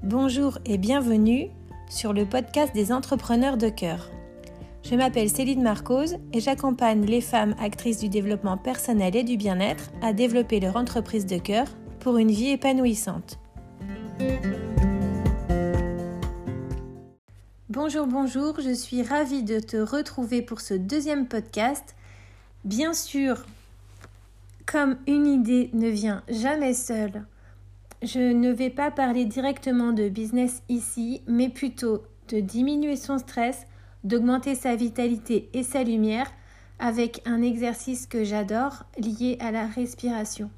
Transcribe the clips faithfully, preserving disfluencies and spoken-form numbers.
Bonjour et bienvenue sur le podcast des entrepreneurs de cœur. Je m'appelle Céline Marcos et j'accompagne les femmes actrices du développement personnel et du bien-être à développer leur entreprise de cœur pour une vie épanouissante. Bonjour, bonjour, je suis ravie de te retrouver pour ce deuxième podcast. Bien sûr, comme une idée ne vient jamais seule, je ne vais pas parler directement de business ici, mais plutôt de diminuer son stress, d'augmenter sa vitalité et sa lumière avec un exercice que j'adore lié à la respiration.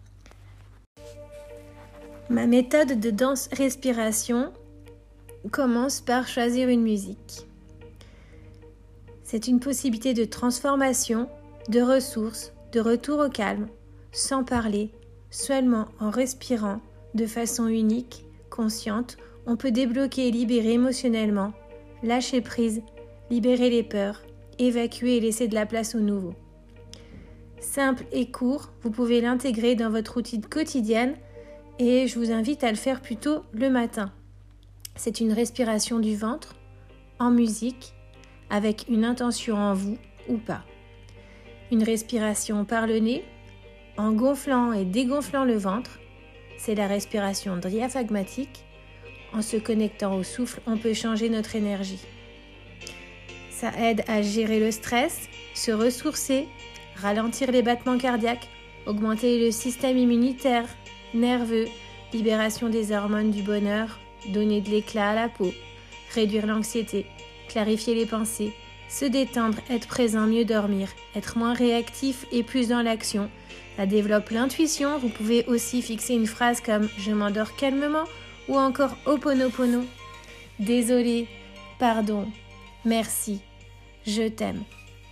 Ma méthode de danse-respiration commence par choisir une musique. C'est une possibilité de transformation, de ressources, de retour au calme, sans parler, seulement en respirant. De façon unique, consciente, on peut débloquer et libérer émotionnellement, lâcher prise, libérer les peurs, évacuer et laisser de la place au nouveau. Simple et court, vous pouvez l'intégrer dans votre routine quotidienne et je vous invite à le faire plutôt le matin. C'est une respiration du ventre, en musique, avec une intention en vous ou pas. Une respiration par le nez, en gonflant et dégonflant le ventre. C'est la respiration diaphragmatique. En se connectant au souffle, on peut changer notre énergie. Ça aide à gérer le stress, se ressourcer, ralentir les battements cardiaques, augmenter le système immunitaire, nerveux, libération des hormones du bonheur, donner de l'éclat à la peau, réduire l'anxiété, clarifier les pensées, se détendre, être présent, mieux dormir, être moins réactif et plus dans l'action. Ça développe l'intuition. Vous pouvez aussi fixer une phrase comme « je m'endors calmement » ou encore « Ho'oponopono ». Désolé, pardon, merci, je t'aime.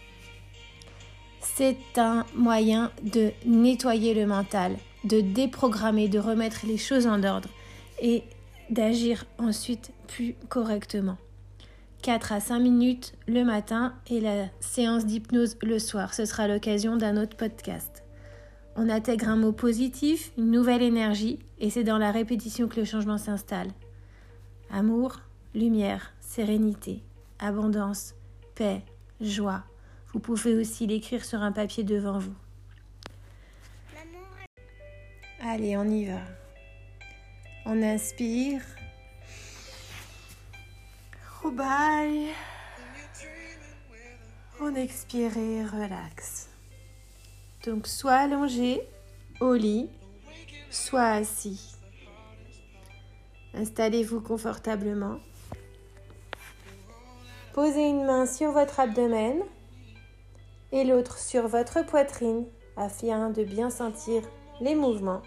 C'est un moyen de nettoyer le mental, de déprogrammer, de remettre les choses en ordre et d'agir ensuite plus correctement. quatre à cinq minutes le matin et la séance d'hypnose le soir. Ce sera l'occasion d'un autre podcast. On intègre un mot positif, une nouvelle énergie, et c'est dans la répétition que le changement s'installe. Amour, lumière, sérénité, abondance, paix, joie. Vous pouvez aussi l'écrire sur un papier devant vous. Allez, on y va. On inspire. Bye. On expire et relaxe. Donc, soit allongé au lit, soit assis. Installez-vous confortablement. Posez une main sur votre abdomen et l'autre sur votre poitrine afin de bien sentir les mouvements.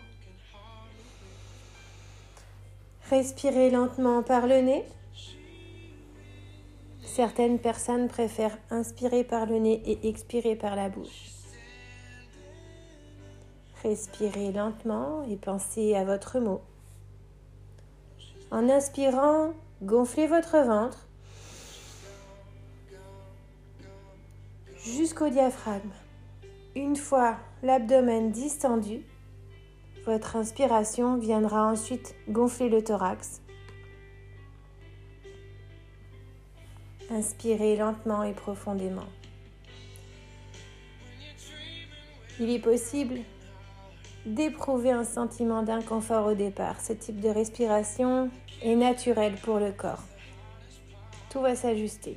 Respirez lentement par le nez. Certaines personnes préfèrent inspirer par le nez et expirer par la bouche. Respirez lentement et pensez à votre mot. En inspirant, gonflez votre ventre jusqu'au diaphragme. Une fois l'abdomen distendu, votre inspiration viendra ensuite gonfler le thorax. Inspirez lentement et profondément. Il est possible d'éprouver un sentiment d'inconfort au départ. Ce type de respiration est naturel pour le corps. Tout va s'ajuster.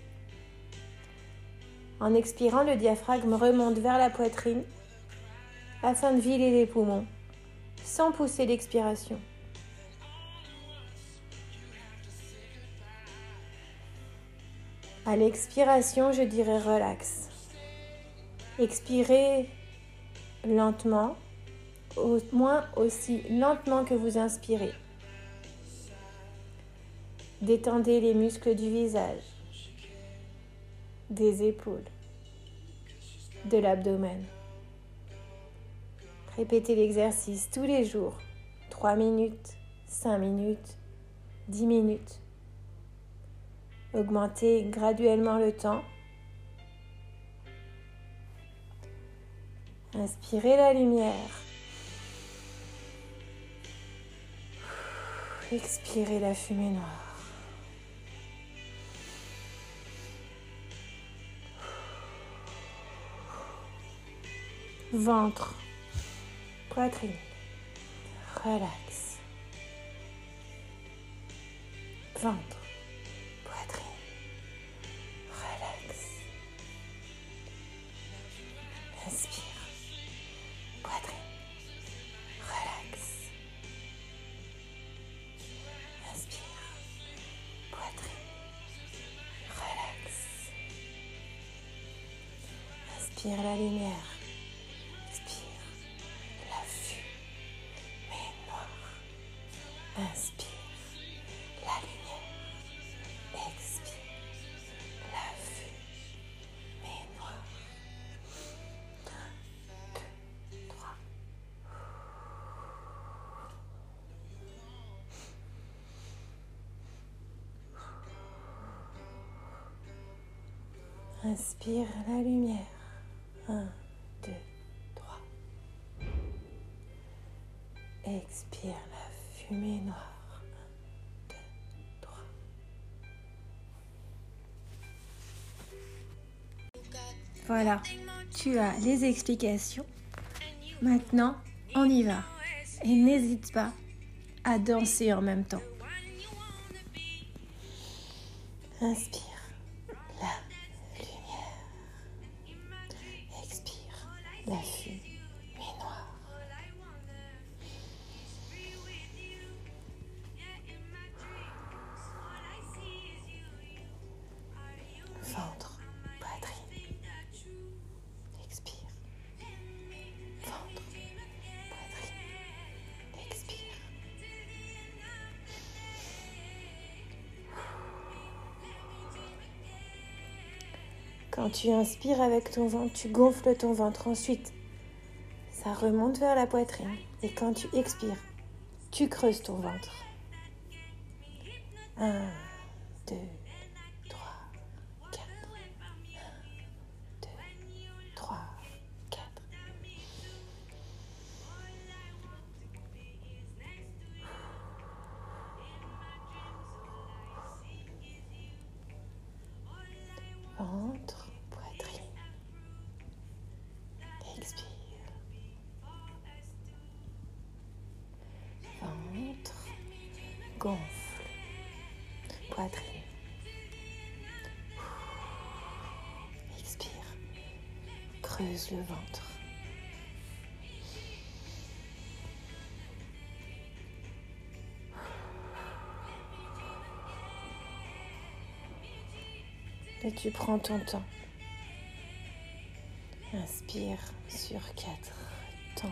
En expirant, le diaphragme remonte vers la poitrine afin de vider les poumons, sans pousser l'expiration. À l'expiration, je dirais relax. Expirez lentement, au moins aussi lentement que vous inspirez. Détendez les muscles du visage, des épaules, de l'abdomen. Répétez l'exercice tous les jours, trois minutes, cinq minutes, dix minutes. Augmentez graduellement le temps. Inspirez la lumière. Expirez la fumée noire. Ventre, poitrine, relax. Ventre, poitrine, relax. Inspire, poitrine, relax. Inspire, poitrine, relax. Inspire la lumière. Inspire la lumière, expire la fumée noire. un, deux, trois. Inspire la lumière. un, deux, trois. Expire la fumée noire. un, deux, trois. Voilà, tu as les explications. Maintenant, on y va. Et n'hésite pas à danser en même temps. Inspire la lumière. Expire la fumée noire. Ventre, poitrine. Expire. Ventre, poitrine. Expire. Quand tu inspires avec ton ventre, tu gonfles ton ventre. Ensuite, ça remonte vers la poitrine. Et quand tu expires, tu creuses ton ventre. Un, deux, trois, quatre. un, deux, trois, quatre. Ventre, poitrine. Expire. Ventre, gonfle. Poitrine. Expire. Creuse le ventre. Et tu prends ton temps. Inspire sur quatre temps.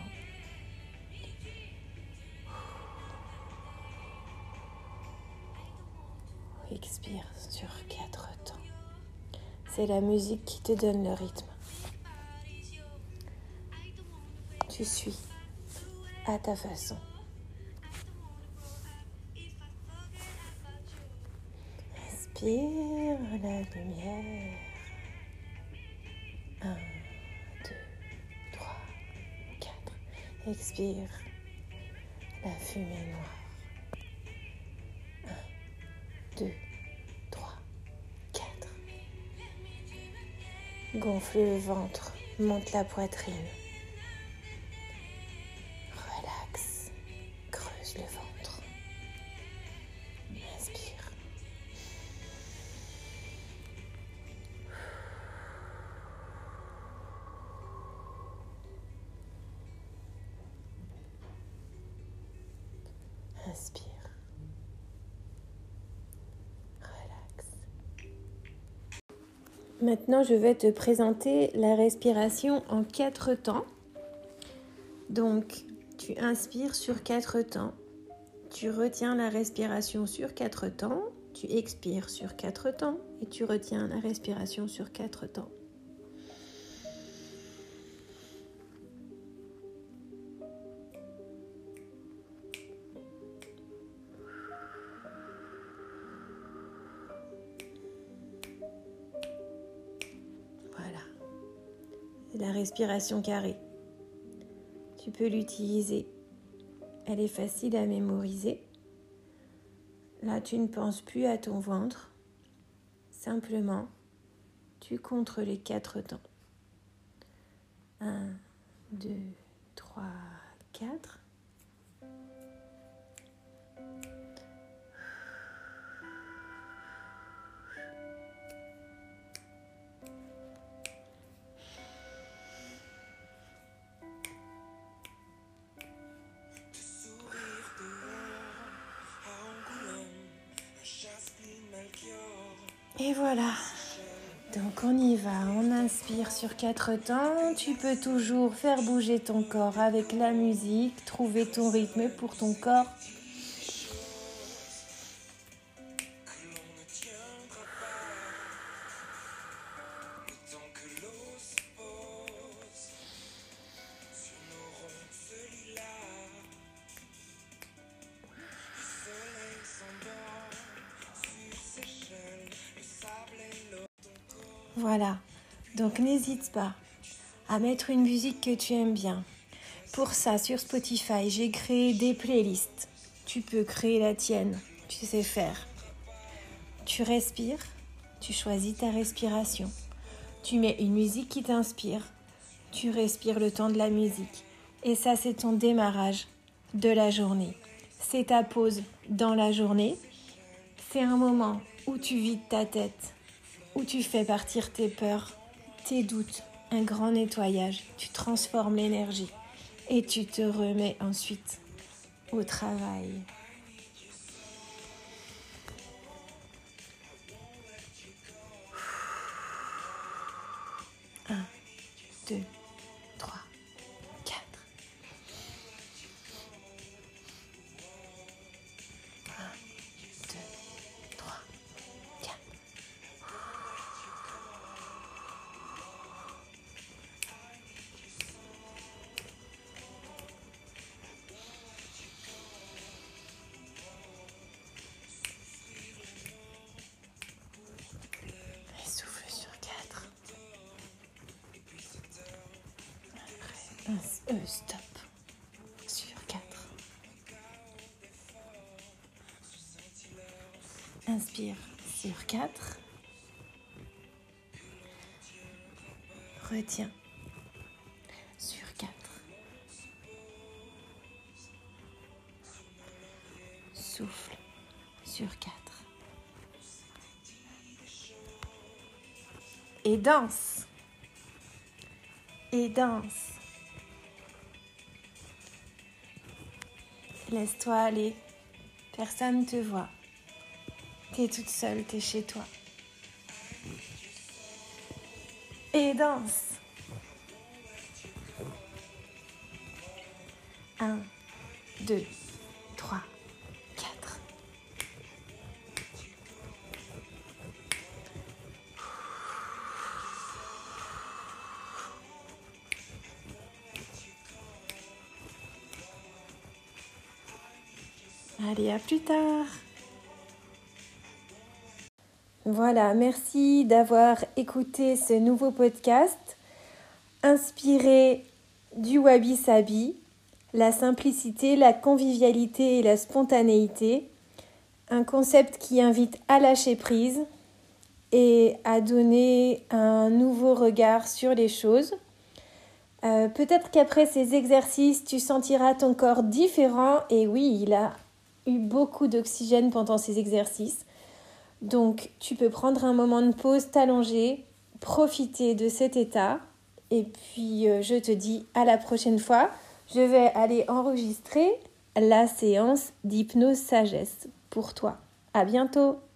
Expire sur quatre temps. C'est la musique qui te donne le rythme. Tu suis à ta façon. Inspire la lumière. un, deux, trois, quatre. Expire la fumée noire. un, deux, trois, quatre. Gonfle le ventre, monte la poitrine. Relaxe, creuse le ventre. Inspire. Inspire. Relax. Maintenant, je vais te présenter la respiration en quatre temps. Donc, tu inspires sur quatre temps. Tu retiens la respiration sur quatre temps. Tu expires sur quatre temps. Et tu retiens la respiration sur quatre temps. La respiration carrée. Tu peux l'utiliser. Elle est facile à mémoriser. Là, tu ne penses plus à ton ventre. Simplement, tu comptes les quatre temps. Un, deux, trois, quatre. Et voilà, donc on y va, on inspire sur quatre temps, tu peux toujours faire bouger ton corps avec la musique, trouver ton rythme pour ton corps. Voilà, donc n'hésite pas à mettre une musique que tu aimes bien. Pour ça, sur Spotify, j'ai créé des playlists. Tu peux créer la tienne, tu sais faire. Tu respires, tu choisis ta respiration. Tu mets une musique qui t'inspire, tu respires le temps de la musique. Et ça, c'est ton démarrage de la journée. C'est ta pause dans la journée. C'est un moment où tu vides ta tête, où tu fais partir tes peurs, tes doutes, un grand nettoyage, tu transformes l'énergie et tu te remets ensuite au travail. Un, deux, trois, quatre. Un, deux, trois, quatre. Et souffle sur quatre. Après, un, euh, stop. Sur quatre. Inspire sur quatre. Retiens sur quatre. Souffle sur quatre. Et danse. Et danse. Laisse-toi aller. Personne ne te voit. T'es toute seule, t'es chez toi. Et danse. Un, deux, trois, quatre. Allez, à plus tard. Voilà, merci d'avoir écouté ce nouveau podcast inspiré du Wabi Sabi, la simplicité, la convivialité et la spontanéité, un concept qui invite à lâcher prise et à donner un nouveau regard sur les choses. Euh, peut-être qu'après ces exercices, tu sentiras ton corps différent et oui, il a eu beaucoup d'oxygène pendant ces exercices. Donc, tu peux prendre un moment de pause, t'allonger, profiter de cet état. Et puis, euh, je te dis à la prochaine fois. Je vais aller enregistrer la séance d'hypnose sagesse pour toi. À bientôt!